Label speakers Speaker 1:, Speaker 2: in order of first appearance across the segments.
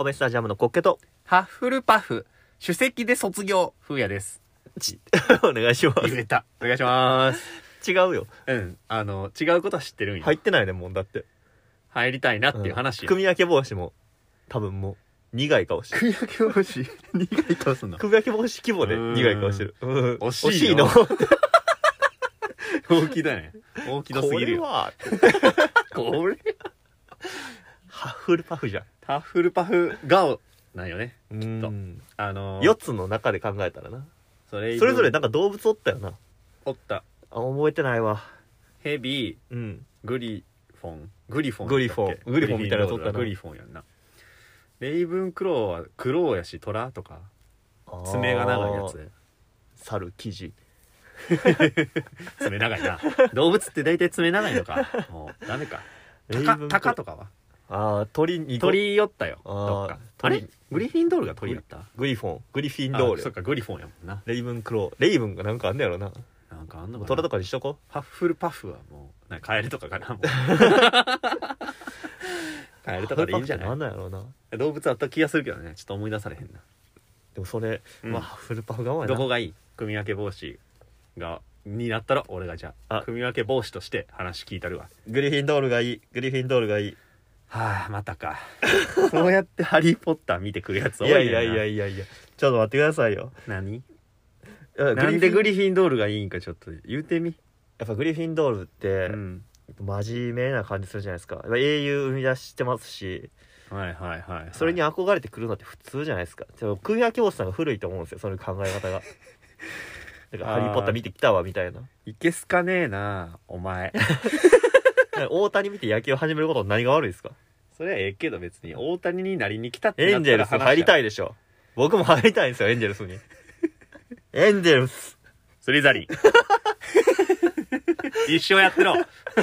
Speaker 1: 米スタジアムのコッケと
Speaker 2: ハッフルパフ首席で卒業風也です。
Speaker 1: お願いします。
Speaker 2: 言えた。お願いします。
Speaker 1: 違うよ。
Speaker 2: 違うことは知ってるんよ。
Speaker 1: 入ってないねもんだって。
Speaker 2: 入りたいなっていう話よ。
Speaker 1: 組み分け帽子も多分もう苦い顔してる。
Speaker 2: 組み分け帽子苦い顔すんの。
Speaker 1: 組み分け帽子規模で苦い顔してる。
Speaker 2: 惜しいの。大きだね。大きどすぎるよ。これ
Speaker 1: ハッフルパフじゃん。
Speaker 2: ハッフルパフ顔なんよね。きっと。
Speaker 1: 4つの中で考えたらな。
Speaker 2: それ
Speaker 1: ぞれなんか動物おったよな。
Speaker 2: おった。
Speaker 1: 覚えてないわ。
Speaker 2: ヘビ、グリフォンみたいなやつおったな。グリフォンやんな。レイブンクローはクローやしトラとか爪が長いやつ。
Speaker 1: 猿、キジ。
Speaker 2: 爪長いな。動物って大体爪長いのか。もうダメか。タカとかは
Speaker 1: 鳥
Speaker 2: 寄ったよ。どっか。あれグリフィンドールが鳥やった？
Speaker 1: グリフィンドール。
Speaker 2: そっか、グリフォンやもんな。
Speaker 1: レイブンクロー。レイブンがなんかあんねやろな。
Speaker 2: なんかあんのかな。
Speaker 1: 虎とかにしとこう。
Speaker 2: ハッフルパフはもうなんかカエルとかかな。もうカエルとかでいいんじゃない？
Speaker 1: なんだやろうな。
Speaker 2: 動物あった気がするけどね。ちょっと思い出されへんな。
Speaker 1: でもそれ、ハッフルパフ側やな。
Speaker 2: どこがいい？組み分け帽子がになったら俺がじゃあ組み分け帽子として話聞いたるわ。
Speaker 1: グリフィンドールがいい。
Speaker 2: はあ、またか。そうやってハリーポッター見てくるやつ多いねんな。
Speaker 1: いやちょっと待ってくださいよ。
Speaker 2: 何？なんでグリフィンドールがいいんかちょっと言うてみ。
Speaker 1: やっぱグリフィンドールって、真面目な感じするじゃないですか。英雄生み出してますし、それに憧れてくるのって普通じゃないですか。組み分け坊さんが古いと思うんですよ、その考え方が。だからハリーポッター見てきたわみたいな。
Speaker 2: いけすかねえなお前。
Speaker 1: 大谷見て野球を始めること何が悪いですか？
Speaker 2: それはええけど別に大谷になりに来たってなったら
Speaker 1: エンジェルス入りたいでしょ。僕も入りたいんですよ、エンジェルスに。エンジェルス
Speaker 2: スリザリン一生やってろ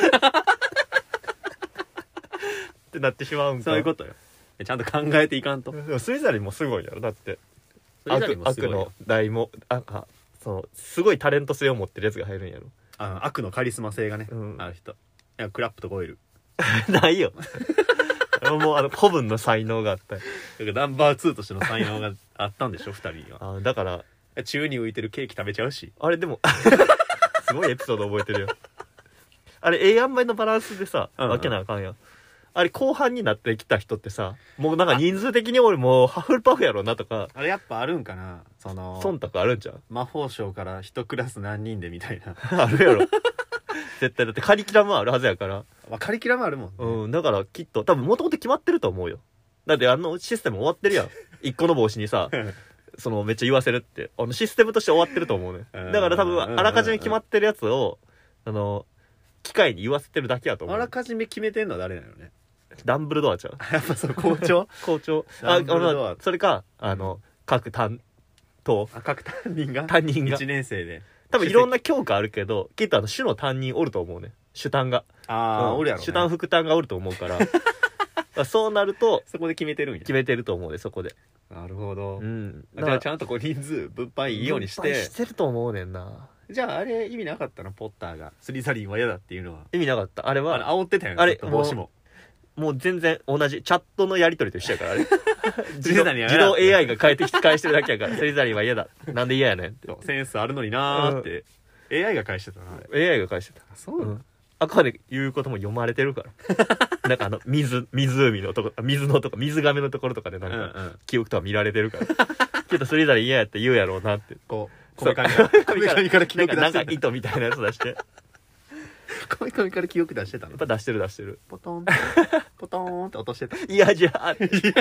Speaker 1: ってなってしまうんか。
Speaker 2: そういうことよ。ちゃんと考えていかんと。
Speaker 1: スリザリンもすごいやろ。だって悪の大もすごいタレント性を持ってるやつが入るんやろ。
Speaker 2: 悪のカリスマ性がね、ある人。いやクラップとゴイル
Speaker 1: ないよ。もう古文の才能があった。
Speaker 2: ナンバー2としての才能があったんでしょ2人には。
Speaker 1: だから
Speaker 2: 宙に浮いてるケーキ食べちゃうし。
Speaker 1: あれでもすごいエピソード覚えてるよ。あれ塩梅のバランスでさ、わけなあかんやん。あれ後半になってきた人ってさ、もうなんか人数的に俺もうハッフルパフやろなとか。
Speaker 2: あれやっぱあるんかな、
Speaker 1: 忖度あるんちゃう？
Speaker 2: 魔法省から一クラス何人でみたいな。
Speaker 1: あるやろ。絶対だってカリキュラムあるはずやから。
Speaker 2: カリキュラムあるもんね。
Speaker 1: だからきっと多分もともと決まってると思うよ。だってシステム終わってるやん。一個の帽子にさめっちゃ言わせるってシステムとして終わってると思うね。だから多分あらかじめ決まってるやつを機械に言わせてるだけやと思う。
Speaker 2: あらかじめ決めてんのは誰なのね。
Speaker 1: ダンブルドアちゃう？
Speaker 2: やっぱ校長
Speaker 1: それか各担当
Speaker 2: 各担任が1年生で
Speaker 1: 多分いろんな教科あるけど、きっと主の担任おると思うね。主担が
Speaker 2: おるやろね。
Speaker 1: 主担副担がおると思うからそうなると
Speaker 2: そこで決めてるんや。
Speaker 1: 決めてると思うね、そこで。
Speaker 2: なるほど。じゃあちゃんと人数分配いいようにして
Speaker 1: してると思うねんな。
Speaker 2: じゃああれ意味なかったの？ポッターがスリザリンは嫌だっていうのは
Speaker 1: 意味なかった。あれは
Speaker 2: 煽ってたよね。
Speaker 1: あれ
Speaker 2: 帽子
Speaker 1: もう全然同じチャットのやり取りと一緒やからあれ自動 AI が返してるだけやからスリザリンは嫌だ、なんで嫌やねんって
Speaker 2: センスあるのになーって、AI が返してたな。
Speaker 1: AI が返してた。
Speaker 2: そう
Speaker 1: あくまで言うことも読まれてるからなんか湖のとこ、水のとこ、水亀のところとかでなんか記憶とか見られてるからけどスリザリン嫌やって言うやろうなって
Speaker 2: こめかみから記憶出して
Speaker 1: なんか糸みたいなやつ出して
Speaker 2: こめかみから記憶出してたの。
Speaker 1: やっぱ出してる
Speaker 2: ポトンポトンって落としてた。
Speaker 1: 嫌じゃ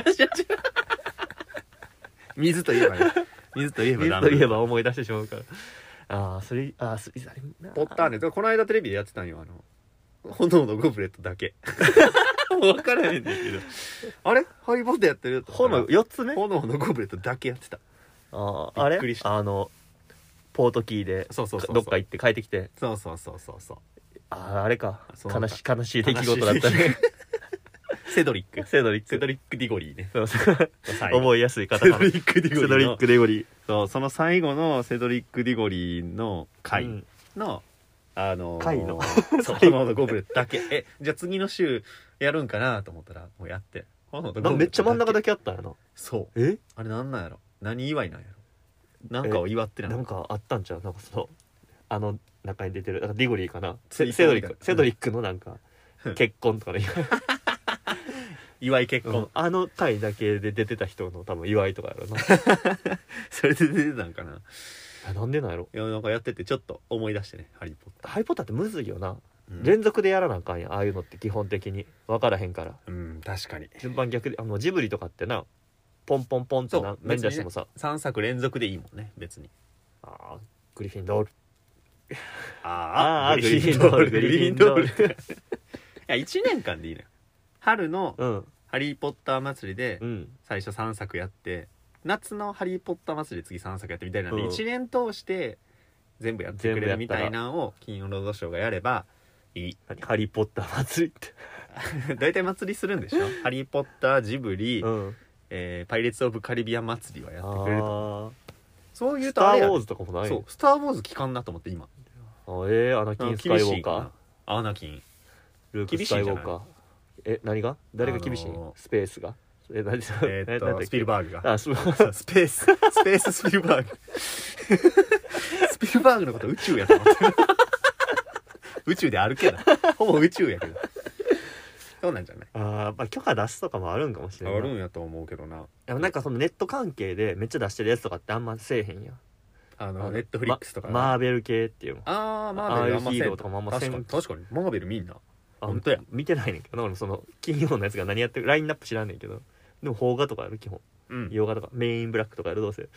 Speaker 2: 水といえば
Speaker 1: 思い出してしまうから。スリザリンな。
Speaker 2: ポッターね。この間テレビでやってたんよ。炎のゴブレットだけ。分からへんねんけど。あれハリーポッターやってる？
Speaker 1: 炎4つ目？
Speaker 2: 炎のゴブレットだけやってた。
Speaker 1: あれ？
Speaker 2: びっくりした。
Speaker 1: ポートキーでどっか行って帰ってきて。
Speaker 2: そう。
Speaker 1: あれか。悲しい出来事だったね。
Speaker 2: セドリック・ディゴリーね。
Speaker 1: 覚えやすい方かな。セドリック・ディゴリ
Speaker 2: ー。その最後のセドリック・ディゴリーの回の、
Speaker 1: 回の
Speaker 2: 炎のゴブレットだけ。じゃあ次の週やるんかなと思ったらもうやって、
Speaker 1: めっちゃ真ん中だけあったんやな。
Speaker 2: そうあれなんなんやろ、何祝いなんやろ、なんかを祝って
Speaker 1: なんかあったんちゃう、なんかその中に出てるなんかディゴリーかな、
Speaker 2: セ
Speaker 1: セドリックのなんか結婚とかね
Speaker 2: 祝い結婚、
Speaker 1: あの回だけで出てた人の多分祝いとかやろな
Speaker 2: それで出てたんかな。
Speaker 1: なんでなんやろ。
Speaker 2: いやなんかやっててちょっと思い出してね、ハリーポッター。
Speaker 1: ハリーポッターってむずいよな、連続でやらなあかんやん、ああいうのって基本的に分からへんから。
Speaker 2: 確かに
Speaker 1: 順番逆でジブリとかってなポンポンポンって何出してもさ、
Speaker 2: 3作連続でいいもんね別に。
Speaker 1: グリフィンドール
Speaker 2: グリフィンドールいや1年間でいいのよ。春のハリーポッター祭りで最初3作やって、夏のハリーポッター祭りで次3作やってみたいなんで、1年通して全部やってくれるみたいなのを金曜ロードショーがやればいい。
Speaker 1: ハリーポッター祭りって
Speaker 2: 大体祭りするんでしょハリーポッター、ジブリ、パイレーツ・オブ・カリビアン祭りはやってくれると。そういうとあれや、
Speaker 1: スター・ウォーズとかもない。
Speaker 2: そうスター・ウォーズ聞かんなと思って今。
Speaker 1: アナキン・スカイウォーカー、
Speaker 2: アナキン
Speaker 1: ルーク・スカイウォーカー。何が誰が厳しいスペースが何
Speaker 2: スピルバーグが
Speaker 1: ス
Speaker 2: ペーススピルバーグスピルバーグのこと宇宙やと思って宇宙であるけどほぼ宇宙やけどそうなんじゃない？
Speaker 1: 許可出すとかもあるんかもしれない。
Speaker 2: あるんやと思うけどな。
Speaker 1: でもなんかそのネット関係でめっちゃ出してるやつとかってあんませえへんやん。
Speaker 2: ネットフリックスとか
Speaker 1: マーベル系っていうの。
Speaker 2: マーベルあんません。
Speaker 1: ヒーローとかもあんません。
Speaker 2: 確かにマーベルみんな本当や
Speaker 1: 見てないねんけど、俺その金曜のやつが何やってるラインナップ知らんねんけど、でも邦画とかやる基本。洋画とかメインブラックとかやるどうせ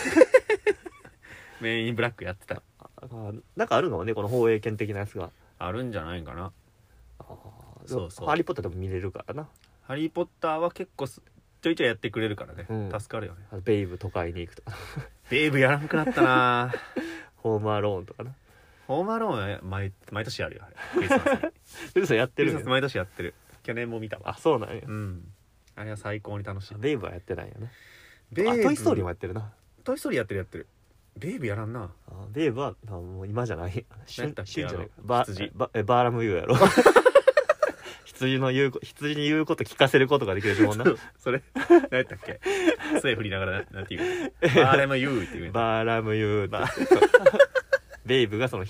Speaker 2: メインブラックやってた。
Speaker 1: なんかあるのねこの放映権的なやつが
Speaker 2: あるんじゃないかな。
Speaker 1: そうハリーポッターでも見れるからな。
Speaker 2: ハリーポッターは結構ちょいちょいやってくれるからね、助かるよね。
Speaker 1: ベイブ都会に行くとか
Speaker 2: ベイブやらなくなったな
Speaker 1: ホームアローンとかな。
Speaker 2: ホームアローンは毎年やるよクリスマス
Speaker 1: に嘘やってる、
Speaker 2: クリスマス毎年やってる。去年も見たわ。
Speaker 1: そうなんや。
Speaker 2: あれは最高に楽しい。
Speaker 1: ベイブはやってないよね。トイストーリーもやってるな。
Speaker 2: トイストーリーやってる。ベイブやらんな。
Speaker 1: ベイブはもう今じゃない。
Speaker 2: 旬じゃない。
Speaker 1: バーラムユーやろ羊に言うこと聞かせることができるもんな
Speaker 2: それ何やったっけ杖振りながらなんて言うバーラムユーって言う。
Speaker 1: バーラムユーってベイブがその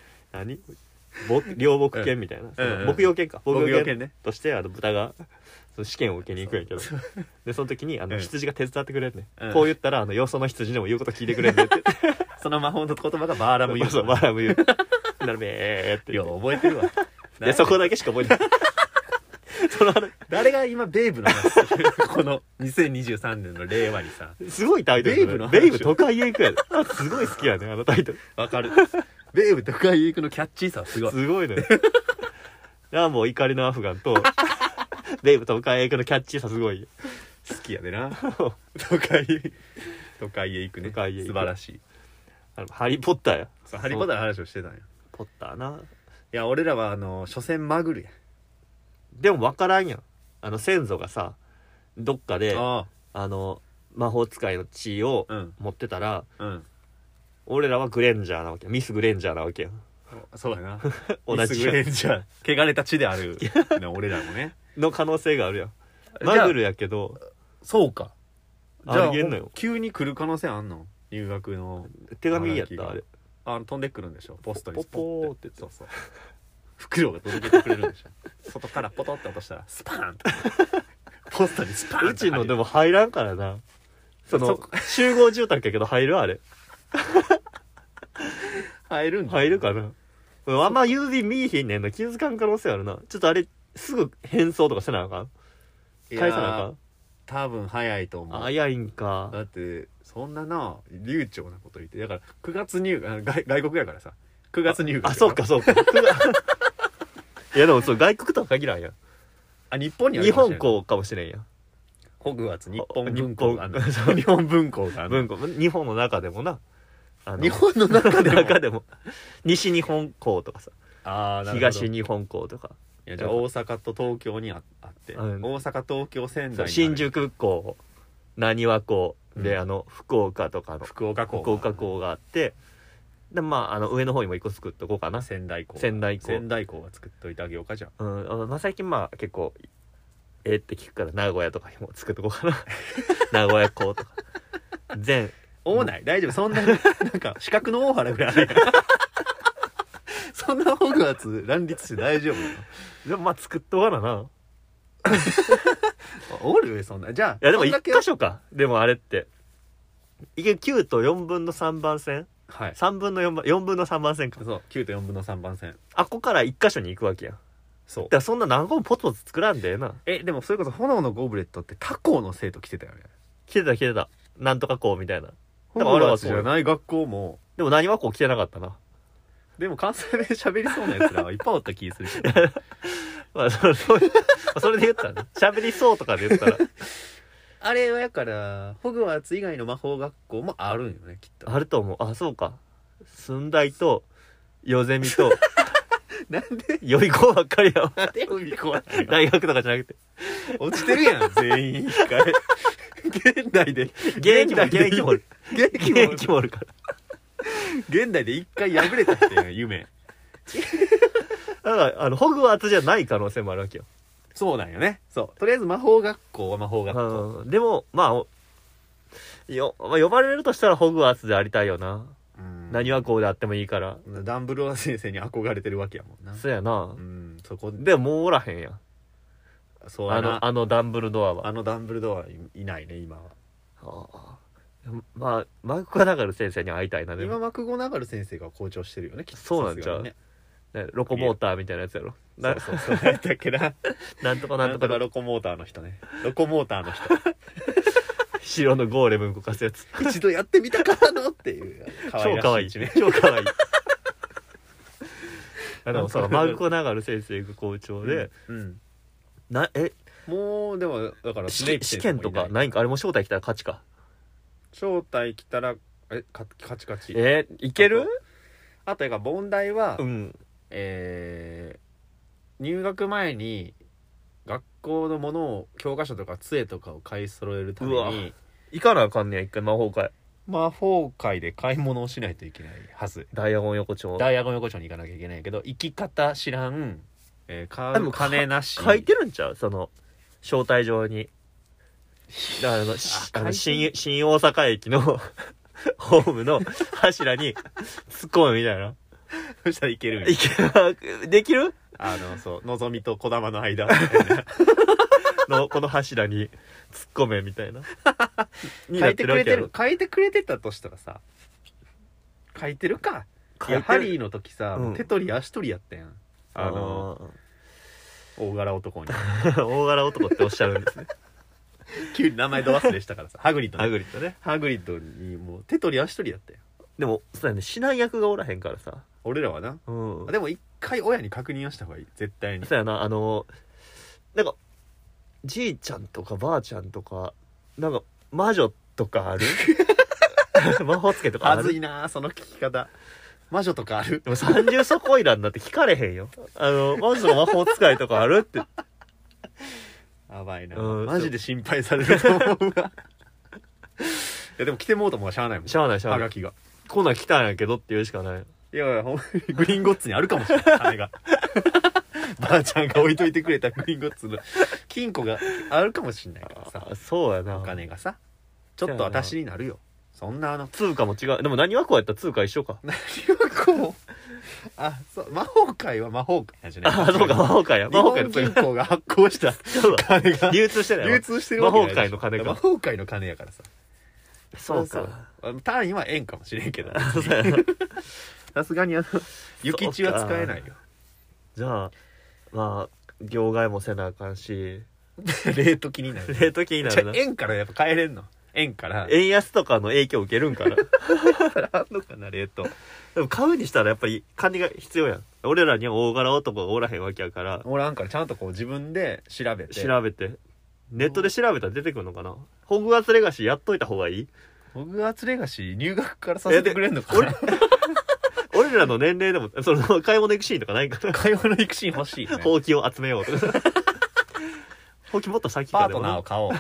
Speaker 1: 両牧犬みたいな、牧羊犬か、
Speaker 2: 牧羊犬ね
Speaker 1: として豚が試験を受けに行くんやけどでその時に羊が手伝ってくれるね、こう言ったらよその羊でも言うこと聞いてくれるねって
Speaker 2: その魔法の言葉がバーラムユー。
Speaker 1: そうバーラムユーなるべーって
Speaker 2: 覚えてるわ
Speaker 1: でそこだけしか覚えてない
Speaker 2: 誰が今ベイブの話この2023年の令和にさ、
Speaker 1: すごいタイトル。ベイブ都会へ行くやですごい好きやねあのタイトル。
Speaker 2: わかるベイブ都会へ行くのキャッチーさすごい
Speaker 1: ねもう怒りのアフガンとベイブ都会へ行くのキャッチーさすごいよ。
Speaker 2: 好きやでな都会へ行くね。素晴らしい。
Speaker 1: ハリーポッターや。
Speaker 2: ハリーポッターの話をしてたんや。
Speaker 1: ポッターな。
Speaker 2: いや俺らは所詮マグルや。
Speaker 1: でも分からんやん。先祖がさどっかで魔法使いの血を持ってたら、俺らはグレンジャーなわけ。ミスグレンジャーなわけやん。
Speaker 2: そうやな
Speaker 1: 同じ
Speaker 2: ミスグレンジャー汚れた血である俺らもね
Speaker 1: の可能性があるやん。マグルやけど
Speaker 2: そうか。じゃあ急に来る可能性あんの？入学の
Speaker 1: 手紙やったあれ
Speaker 2: 飛んでくるんでしょポストに
Speaker 1: ポポーって。
Speaker 2: そう袋が届けてくれるんでしょ外からポトって落としたらスパーンとポストにスパーンと
Speaker 1: うちのでも入らんからな。集合住宅やけど入るあれ
Speaker 2: 入るんだ。
Speaker 1: 入るかな。あんま郵便見えへんねんな。気づかん可能性あるな。ちょっとあれすぐ返送とかせなあかん。返さなあかん。
Speaker 2: 多分早いと思う。
Speaker 1: 早いんか。
Speaker 2: だってそんなな流暢なこと言って、だから9月入学外国やからさ9月入学。
Speaker 1: そうかいやでも外国とは限らんやん。
Speaker 2: 日本にある
Speaker 1: 日本校かもしれんやん。
Speaker 2: ホグワーツ日本文庫がある日本文庫がある
Speaker 1: 日本の中でもな。
Speaker 2: 日本の中でも
Speaker 1: 西日本校とかさ、東日本校とか。
Speaker 2: いやじゃあ大阪と東京にあって、大阪東京仙台
Speaker 1: 新宿校浪速校で、福岡とかの
Speaker 2: 福岡校
Speaker 1: があって、で上の方にも一個作っとこうかな。仙台校は作っといてあげようか。じゃあ最近結構って聞くから名古屋とかにも作っとこうかな名古屋校とか全
Speaker 2: 大内大丈夫そんななんか四角の大原ぐらいあるやんそんなホグワーツ乱立して大丈夫なの？
Speaker 1: でもまあ作っとかなな
Speaker 2: おるそんなじゃあ
Speaker 1: いやでも1箇所かでもあれって9と4分の3番線
Speaker 2: はい
Speaker 1: 3分の4番4分の3番線か
Speaker 2: そう9と4分の3番線
Speaker 1: あっこから1箇所に行くわけやん
Speaker 2: そう
Speaker 1: だからそんな何個もポツポツ作らんでええな
Speaker 2: でもそれこそ炎のゴブレットって他校の生徒来てたよね
Speaker 1: 来てたなんとか校みたいな
Speaker 2: ホグワーツじゃない学校も
Speaker 1: でも何は校来てなかったな
Speaker 2: でも関西弁喋りそうなやつらはいっぱいおった気するけど
Speaker 1: まあそれで言ったらね喋りそうとかで言ったら
Speaker 2: あれはやからホグワーツ以外の魔法学校もあるんよねきっと
Speaker 1: あると思うあそうか駿台とヨゼミと
Speaker 2: なんで
Speaker 1: 予備校ばっかりやわ
Speaker 2: なんで予備校は
Speaker 1: 大学とかじゃなくて
Speaker 2: 落ちてるやん全員一回現代で
Speaker 1: 現役もおるから
Speaker 2: 現代で一回破れた人やん夢
Speaker 1: だからホグワーツじゃない可能性もあるわけよ
Speaker 2: そうなんよねそうとりあえず魔法学校は魔法学校
Speaker 1: でもまあ呼ばれるとしたらホグワーツでありたいよな何はこうであってもいいから
Speaker 2: ダンブルドア先生に憧れてるわけやもんな
Speaker 1: そうやな
Speaker 2: そこ
Speaker 1: でももうおらへんやん
Speaker 2: そうやな
Speaker 1: あのダンブルドアは
Speaker 2: ダンブルドアはいないね今は
Speaker 1: まあマクゴナガル先生に会いたいな
Speaker 2: 今マクゴナガル先生が校長してるよねきっと
Speaker 1: そうなんちゃう、ね、ロコモーターみたいなやつやろ
Speaker 2: そうやったっけな
Speaker 1: なんとか
Speaker 2: ロコモーターの人ねロコモーターの人
Speaker 1: 白のゴーレム動かすやつ
Speaker 2: 一度やってみたからのっていう
Speaker 1: 超かわいい超かわいいでもさマクゴナガル先生が校長で、
Speaker 2: もうでもだから
Speaker 1: 試験とかないんかあれも招待来たら勝ちか
Speaker 2: 招待来たらカチカチ
Speaker 1: いける
Speaker 2: あと問題は、入学前に学校のものを教科書とか杖とかを買い揃えるために
Speaker 1: 行かなあかんねや一回魔法会
Speaker 2: で買い物をしないといけないはず
Speaker 1: ダイアゴン横丁に
Speaker 2: 行かなきゃいけないけど行き方知らん、買う金なし
Speaker 1: 書いてるんちゃうその招待状にだから新大阪駅のホームの柱に突っ込むみたいな
Speaker 2: そしたらいける
Speaker 1: できる
Speaker 2: そうのぞみとこだまの間
Speaker 1: のこの柱に突っ込めみたいな
Speaker 2: 書いてくれてたとしたらさ書いてるかいやハリーの時さ、手取り足取りやったやん大柄男に
Speaker 1: 大柄男っておっしゃるんですね
Speaker 2: 急に名前ど忘れしたからさハグリッド
Speaker 1: ね
Speaker 2: ハグリッドにもう手取り足取りやったよ
Speaker 1: でもそうやね指南役がおらへんからさ
Speaker 2: 俺らはな、でも一回親に確認をした方がいい絶対に
Speaker 1: そうやななんかじいちゃんとかばあちゃんとかなんか魔女とかある魔法つけとかある
Speaker 2: はずいなその聞き方魔女とかある
Speaker 1: でも30そこいらんなって聞かれへんよ魔女の魔法使いとかあるって
Speaker 2: やばいな、マジで心配されると思うわいやでも来てもうともしゃあないもん
Speaker 1: しゃあない
Speaker 2: はがきが
Speaker 1: こんなん来たんやけどって言うしかない
Speaker 2: いやほんまにグリーンゴッツにあるかもしれない金がばあちゃんが置いといてくれたグリーンゴッツの金庫があるかもしれないからさ
Speaker 1: そうやな
Speaker 2: お金がさちょっと私になるよそんな
Speaker 1: 通貨も違うでも何はこうやったら通貨一緒か
Speaker 2: 何はこうそう魔法界は魔法界やじゃない
Speaker 1: そうか魔法界や魔法界
Speaker 2: の銀行が発行した金が
Speaker 1: 流通してる
Speaker 2: わけ
Speaker 1: 魔法界の金が
Speaker 2: 魔法界の金やからさ
Speaker 1: そうか
Speaker 2: 単位は円かもしれんけどさすがに諭吉は使えないよ
Speaker 1: じゃあまあ両替もせなあかんし
Speaker 2: レート気になる
Speaker 1: な
Speaker 2: 円からやっぱ変えれんの円から
Speaker 1: 円安とかの影響受けるんかな
Speaker 2: あんのかなレート
Speaker 1: でも買うにしたらやっぱり金が必要やん俺らには大柄男がおらへんわけやから
Speaker 2: おらんからちゃんとこう自分で調べて
Speaker 1: ネットで調べたら出てくるのかなホグワーツレガシーやっといた方がいい
Speaker 2: ホグワーツレガシー入学からさせてくれんのかな
Speaker 1: 俺らの年齢でもその買い物行くシーンとかないかな
Speaker 2: 買い物行くシーン欲しい、ね、
Speaker 1: ほうきを集めようとかほうきもっと先
Speaker 2: かでもパートナーを買おう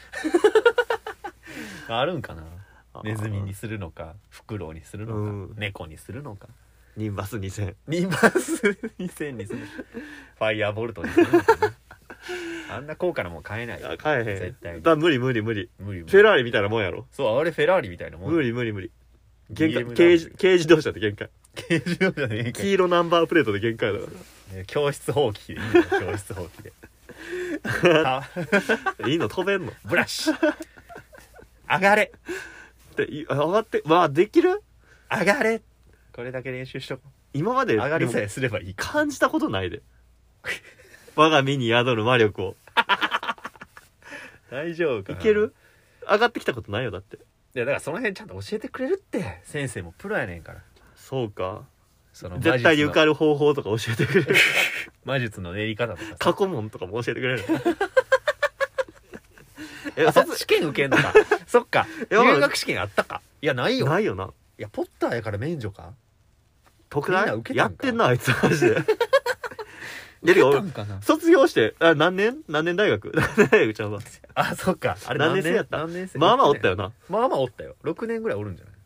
Speaker 2: あるんかなネズミにするのかフクロウにするのか、猫にするのか
Speaker 1: ニンバス2000
Speaker 2: にするファイヤーボルトにするのかなあんな高価なもん買えないよ。
Speaker 1: 買えへん
Speaker 2: 絶対に。
Speaker 1: だ無理フェラーリみたいなもんやろ。
Speaker 2: そう、あれフェラーリみたいなもん。
Speaker 1: 無理限界。軽自動車って限界。
Speaker 2: 軽自動車で限界。
Speaker 1: 黄色ナンバープレートで限界だか
Speaker 2: 教室放棄でいいの。教室放棄で
Speaker 1: いいの飛べんの
Speaker 2: ブラシ上がれ
Speaker 1: で上がってできる
Speaker 2: 上がれ。これだけ練習しとこう。
Speaker 1: 今まで
Speaker 2: 上がりさえすればいい。
Speaker 1: 感じたことないで我が身に宿る魔力を
Speaker 2: 大丈夫かな。
Speaker 1: いける？上がってきたことないよだって。
Speaker 2: いやだからその辺ちゃんと教えてくれるって先生もプロやねんから。
Speaker 1: そうか。
Speaker 2: その
Speaker 1: 絶対に受かる方法とか教えてくれる
Speaker 2: 魔術の練り方とか
Speaker 1: 過去問とかも教えてくれる
Speaker 2: 試験受けんのかそっか入学試験あったか。いやないよ。
Speaker 1: ないよな。
Speaker 2: いやポッターやから免除か。
Speaker 1: 特大
Speaker 2: みんな受けたんか
Speaker 1: やってんなあいつマジで
Speaker 2: 受けたんかな。
Speaker 1: 卒業して何年大学ちゃうわ。
Speaker 2: あそっか。あれ
Speaker 1: 何年生やった？
Speaker 2: 何年生。
Speaker 1: まあまあおったよな。
Speaker 2: まあまあおったよ。6年ぐらいおるんじゃない。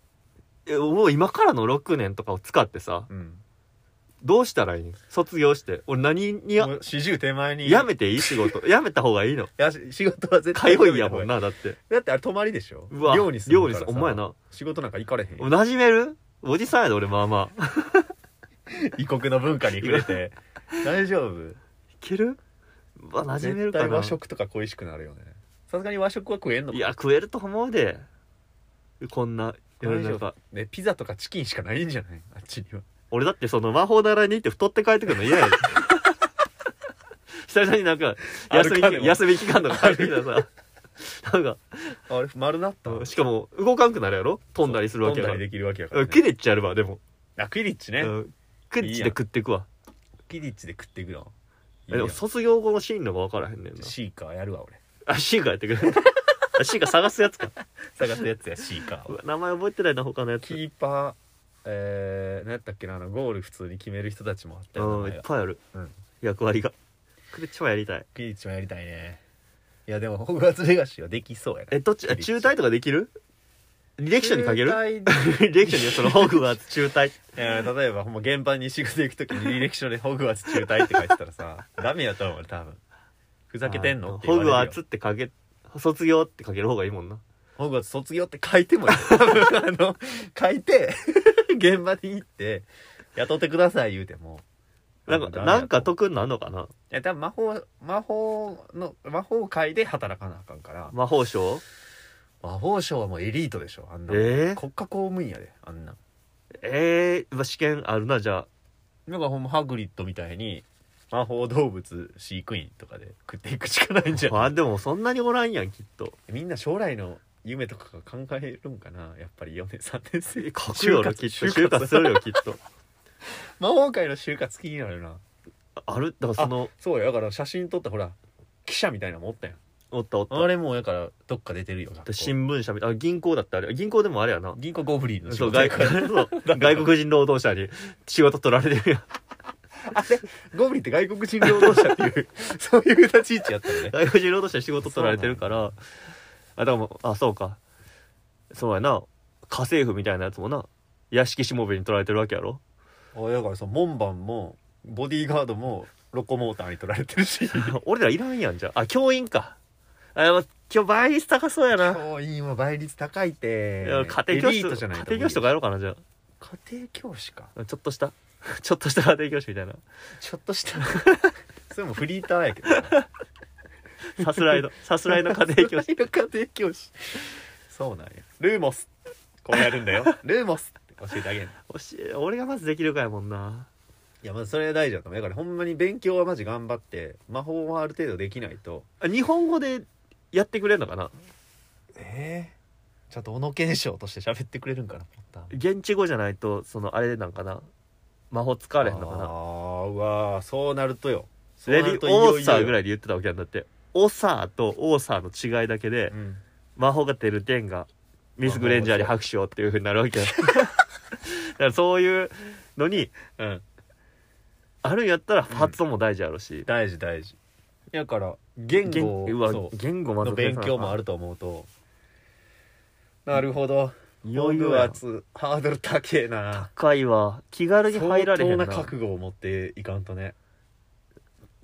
Speaker 1: もう今からの6年とかを使ってさ、
Speaker 2: うん、
Speaker 1: どうしたらいいん？卒業して俺何に
Speaker 2: もう40手前に
Speaker 1: やめていい仕事やめた方がいいの？
Speaker 2: いや仕事は絶対
Speaker 1: 通いやもんな。だって
Speaker 2: あれ泊まりでしょ。
Speaker 1: うわ
Speaker 2: 寮に住むからさ。
Speaker 1: お前な
Speaker 2: 仕事なんか行かれへん。
Speaker 1: 馴染めるおじさんやで俺。まあまあ
Speaker 2: 異国の文化に触れて大丈夫？
Speaker 1: いける？馴染めるかな。
Speaker 2: 絶対和食とか恋しくなるよね。さすがに和食は食えんのか。
Speaker 1: いや食えると思うで。こんな世の中
Speaker 2: ね、ピザとかチキンしかないんじゃない？あっちには。
Speaker 1: 俺だってその魔法習いに行って太って帰ってくるの嫌やで久々になんか休み期間とか帰ってきたらさなんか
Speaker 2: あれ丸なった。
Speaker 1: しかも動かんくなるやろ。飛んだりするわけやから。
Speaker 2: 飛んだりできるわけやから、ね、
Speaker 1: クリッチやるわ。でも
Speaker 2: クリッチね、
Speaker 1: クリッチで食っていくわ。
Speaker 2: クリッチで食っていくの。
Speaker 1: でも卒業後の進路が分からへんねんな。
Speaker 2: シーカーやるわ俺。
Speaker 1: シーカーやってくれシーカー探すやつか。
Speaker 2: 探すやつやシーカー。
Speaker 1: 名前覚えてないな他のやつ。
Speaker 2: キーパー何やったっけな、ゴール普通に決める人たちもあったよ。
Speaker 1: いっぱいある、役割が。クリッチはやりたい。
Speaker 2: クリッチはやりたいね。いやでもホグワーツレガシーはできそうやな。
Speaker 1: どっち中退とかできる？履歴書に書ける？履歴書にそのホグワーツ中退。
Speaker 2: 例えばもう現場に仕事行くときに履歴書でホグワーツ中退って書いてたらさダメやと思う多分。ふざけてんのって言われるよ。
Speaker 1: ホグワーツって書け、卒業って書ける方がいいもんな。
Speaker 2: ホグワーツ卒業って書いてもいい書いて現場に行って雇ってください言うても
Speaker 1: なんか得になんのかな。
Speaker 2: いや多分魔法界で働かなあかんから。
Speaker 1: 魔法省
Speaker 2: はもうエリートでしょあんな、国家公務員やであんな。
Speaker 1: 試験あるな。じゃあ
Speaker 2: なんかほんまハグリッドみたいに魔法動物飼育員とかで食っていくしかないんじゃない？
Speaker 1: でもそんなにおらんやんきっと。
Speaker 2: みんな将来の夢とか考えるんかなやっぱり4年3年生。
Speaker 1: 書くよなきっと。就活するよきっと。
Speaker 2: 魔法界の就活気になるな。
Speaker 1: あるだから
Speaker 2: そうやだから写真撮ったほら記者みたいなのもおったやん。
Speaker 1: おった
Speaker 2: あれもやからどっか出てるよ。
Speaker 1: 新聞社みたいな。銀行だってあれ銀行でもあれやな。
Speaker 2: 銀行ゴブリンの仕
Speaker 1: 事。
Speaker 2: そう
Speaker 1: 外国人労働者に仕事取られてるやん。
Speaker 2: あれゴブリンって外国人労働者っていうそういう立ち位置やったのね。
Speaker 1: 外国人労働者に仕事取られてるからだからそうかそうやな。家政婦みたいなやつもな屋敷しもべに取られてるわけやろ。
Speaker 2: だからさ門番もボディーガードもロコモーターに取られてるし
Speaker 1: 俺らいらんやん。じゃあ教員か。今日倍率高そうやな。
Speaker 2: 教員は倍率高いって
Speaker 1: 家庭教師とかやろうかな。じゃあ
Speaker 2: 家庭教師か。
Speaker 1: ちょっとした家庭教師みたいな。
Speaker 2: ちょっとしたそれもフリーターやけど
Speaker 1: さすらいの家庭教師
Speaker 2: 家庭教師そうなんや。ルーモスこうやるんだよルーモスって教えてあげん。
Speaker 1: 俺がまずできるかやもんな。
Speaker 2: いやまずそれ大事だと思う。だからほんまに勉強はマジ頑張って魔法はある程度できないと。
Speaker 1: 日本語でやってくれるのかな。
Speaker 2: ちゃんと小野賢章として喋ってくれるんかな。
Speaker 1: 現地語じゃないとあれなんかな。魔法使われへんのかな。
Speaker 2: うわそうなるとよ。
Speaker 1: レディオーサーぐらいで言ってたわけなんだって。オサーとオーサーの違いだけで、魔法が出る点がミス・グレンジャーに拍手をっていう風になるわけだからそういうのに、あるんやったら発音も大事やろし、
Speaker 2: 大事だから言語の勉強もあると思うと、なるほど。ホグワーツハードル高えな。
Speaker 1: 高いわ。気軽に入られへんな。
Speaker 2: 相当な覚悟を持っていかんとね。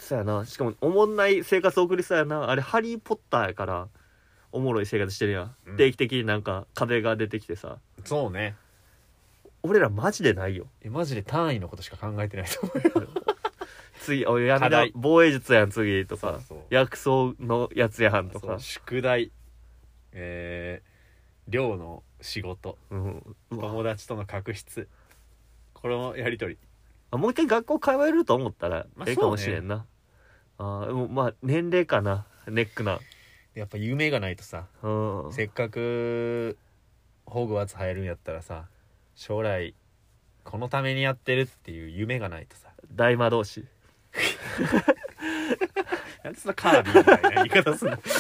Speaker 1: そうやな。しかもおもんない生活送りそうやな。あれハリーポッターやからおもろい生活してるやん、
Speaker 2: うん
Speaker 1: 定期的になんか壁が出てきてさ。
Speaker 2: そうね。
Speaker 1: 俺らマジでないよ。
Speaker 2: マジで単位のことしか考えてないと思うよ。
Speaker 1: 次おいやめな
Speaker 2: 課題
Speaker 1: 防衛術やん次とか、
Speaker 2: そう
Speaker 1: 薬草のやつやんとか。
Speaker 2: そう宿題、寮の仕事、
Speaker 1: うわ
Speaker 2: 友達との確執、このやりとり。
Speaker 1: もう一回学校通えると思ったら
Speaker 2: まあ
Speaker 1: ええかもしれんな、でもまあ年齢かな、ネックな。
Speaker 2: やっぱ夢がないとさ、
Speaker 1: うん
Speaker 2: せっかくホグワーツ入るんやったらさ、将来このためにやってるっていう夢がないとさ。
Speaker 1: 大魔導士
Speaker 2: なんでそんなカービィみたいな言い方すんの。カ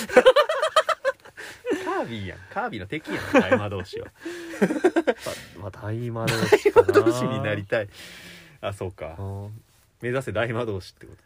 Speaker 2: ービィやん、カービィの敵やん大魔導士は。
Speaker 1: まあ大魔導士かな。
Speaker 2: 大魔導士になりたい。あ、そうか、
Speaker 1: うん
Speaker 2: 目指せ大魔導士ってこと。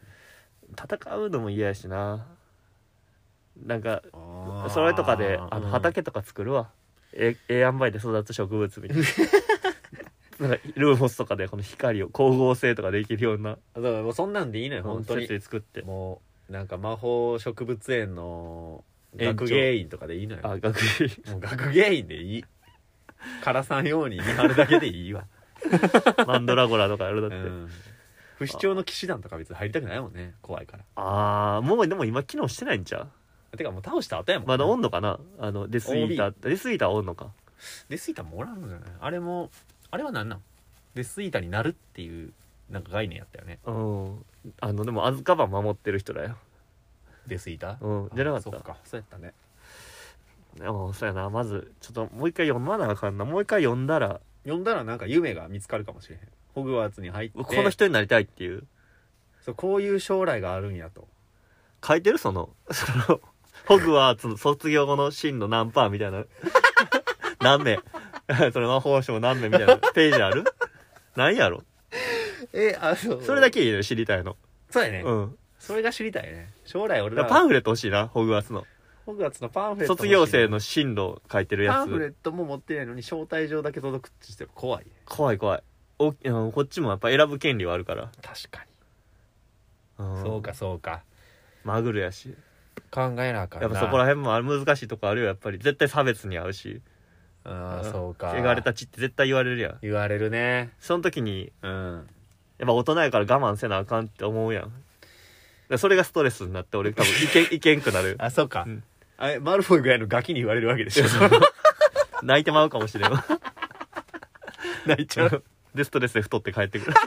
Speaker 1: 戦うのも嫌やしな。なんか
Speaker 2: あー
Speaker 1: それとかで
Speaker 2: うん
Speaker 1: 畑とか作るわ。ええ塩梅で育つ植物みたいな。なんかルーモスとかでこの光を光合成とかできるような
Speaker 2: だからもうそんなんでいいのよ本当に。
Speaker 1: 設備作って。
Speaker 2: もうなんか魔法植物園の学芸員とかでいいのよ。
Speaker 1: あ、学芸
Speaker 2: もう学芸員でいい。唐さんように見張るだけでいいわ。
Speaker 1: マンドラゴラとかやるだって、
Speaker 2: うん不死鳥の騎士団とか別に入りたくないもんね、怖いから。
Speaker 1: ああもうでも今機能してないんちゃう。
Speaker 2: てかもう倒した後やもん、ね、
Speaker 1: まだおんのかな、デスイーター。デスイーターおんのか。
Speaker 2: デスイーターもおらんのじゃない。あれもあれは何なん。デスイーターになるっていうなんか概念やったよね。
Speaker 1: うんでもアズカバン守ってる人だよ。
Speaker 2: デスイーター、
Speaker 1: うんじゃなかった。
Speaker 2: そっか、そうやったね。
Speaker 1: でもそうやな、まずちょっともう一回読まなあかんな。もう一回読んだら
Speaker 2: なんか夢が見つかるかもしれへん。ホグワーツに入って
Speaker 1: この人になりたいっていう。
Speaker 2: そうこういう将来があるんやと
Speaker 1: 書いてるそのホグワーツの卒業後の進路何パーみたいな何名その魔法省何名みたいなページある。何やろ。それだけいいよ知りたいの。
Speaker 2: そうやね、
Speaker 1: うん
Speaker 2: それが知りたいね。将来俺ら
Speaker 1: パンフレット欲しいな。ホグワーツの
Speaker 2: ホグワーツのパンフレット
Speaker 1: 卒業生の進路書いてるやつ。
Speaker 2: パンフレットも持ってないのに招待状だけ届くってしても怖いね。
Speaker 1: 怖い怖い。こっちもやっぱ選ぶ権利はあるから。
Speaker 2: 確か
Speaker 1: うん
Speaker 2: にそうかそうか、
Speaker 1: マグルやし
Speaker 2: 考えなあかんな。
Speaker 1: やっぱそこら辺も難しいとこあるよ。やっぱり絶対差別に合うし。
Speaker 2: ああそうか、
Speaker 1: 汚れた血って絶対言われるやん。
Speaker 2: 言われるね。
Speaker 1: その時に
Speaker 2: うん
Speaker 1: やっぱ大人やから我慢せなあかんって思うやん。だからそれがストレスになって俺多分いけんくなる。
Speaker 2: あそうか、
Speaker 1: うん
Speaker 2: あれマルフォイぐらいのガキに言われるわけでしょ。
Speaker 1: 泣いてまうかもしれん。
Speaker 2: 泣いちゃう。
Speaker 1: でストレスで太って帰ってくる。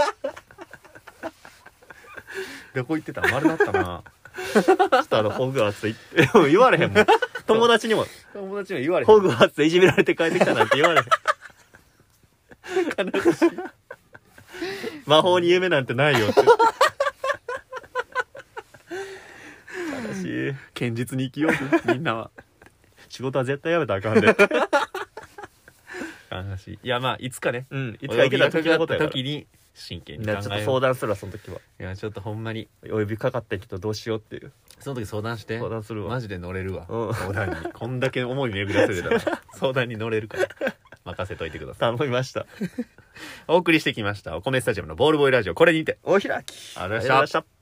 Speaker 2: どこ行ってた。丸なったな。
Speaker 1: ちょっとホグワーツ行って言われへんもん。友達にも
Speaker 2: 友達には言われへん。
Speaker 1: ホグワーツでいじめられて帰ってきたなんて言われへん。
Speaker 2: 悲しい。
Speaker 1: 魔法に夢なんてないよって。悲しい。
Speaker 2: 堅実に生きようぜみんなは。
Speaker 1: 仕事は絶対やめたらあかんで。
Speaker 2: 悲しい。いやまあいつかね、
Speaker 1: うんいつか行けた時のことやから。
Speaker 2: 時に真剣に考
Speaker 1: みんなちょっと
Speaker 2: えよ
Speaker 1: 相談するわその時は。
Speaker 2: う。いやちょっとほんまに
Speaker 1: お呼びかかってんけどどうしようっていう。
Speaker 2: その時相談して
Speaker 1: 相談するわ。
Speaker 2: マジで乗れるわ、
Speaker 1: うん
Speaker 2: 相談に。こんだけ思い巡らせてたら相談に乗れるから任せといてください。
Speaker 1: 頼みました。
Speaker 2: お送りしてきましたお米スタジアムのボールボーイラジオ、これにて
Speaker 1: お開き。
Speaker 2: ありがとうございました。